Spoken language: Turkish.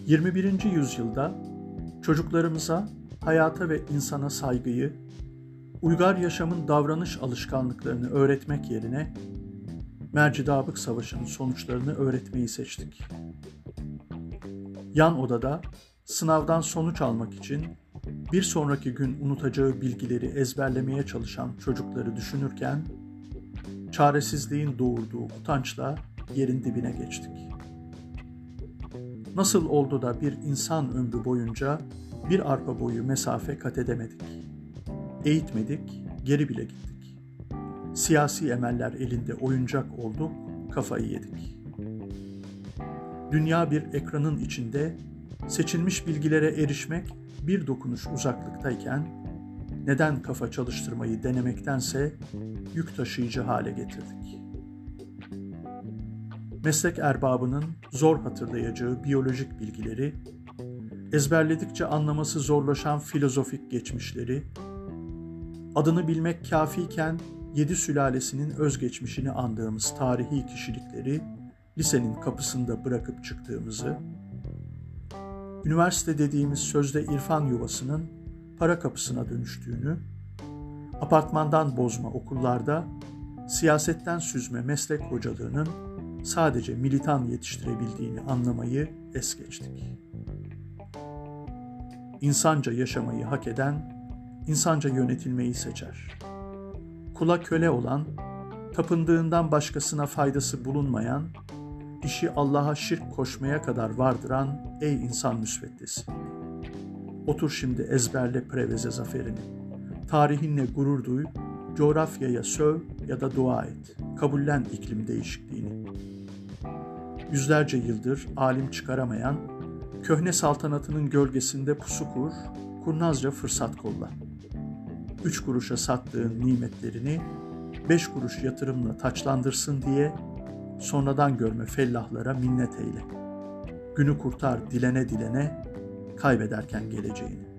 21. yüzyılda çocuklarımıza hayata ve insana saygıyı, uygar yaşamın davranış alışkanlıklarını öğretmek yerine Mercidabık Savaşı'nın sonuçlarını öğretmeyi seçtik. Yan odada sınavdan sonuç almak için bir sonraki gün unutacağı bilgileri ezberlemeye çalışan çocukları düşünürken, çaresizliğin doğurduğu utançla yerin dibine geçtik. Nasıl oldu da bir insan ömrü boyunca bir arpa boyu mesafe kat edemedik? Eğitmedik, geri bile gittik. Siyasi emeller elinde oyuncak olduk, kafayı yedik. Dünya bir ekranın içinde, seçilmiş bilgilere erişmek bir dokunuş uzaklıktayken, neden kafa çalıştırmayı denemektense yük taşıyıcı hale getirdik? Meslek erbabının zor hatırlayacağı biyolojik bilgileri, ezberledikçe anlaması zorlaşan filozofik geçmişleri, adını bilmek kâfiyken 7 sülalesinin özgeçmişini andığımız tarihi kişilikleri lisenin kapısında bırakıp çıktığımızı, üniversite dediğimiz sözde irfan yuvasının para kapısına dönüştüğünü, apartmandan bozma okullarda siyasetten süzme meslek hocalığının sadece militan yetiştirebildiğini anlamayı es geçtik. İnsanca yaşamayı hak eden, insanca yönetilmeyi seçer. Kula köle olan, tapındığından başkasına faydası bulunmayan, işi Allah'a şirk koşmaya kadar vardıran ey insan müsveddesi. Otur şimdi ezberle preveze zaferini. Tarihinle gurur duy, coğrafyaya söv ya da dua et. Kabullen iklim değişikliğini. Yüzlerce yıldır alim çıkaramayan, köhne saltanatının gölgesinde pusu kur, kurnazca fırsat kolla. 3 kuruşa sattığın nimetlerini 5 kuruş yatırımla taçlandırsın diye sonradan görme fellahlara minnet eyle. Günü kurtar dilene dilene, kaybederken geleceğini.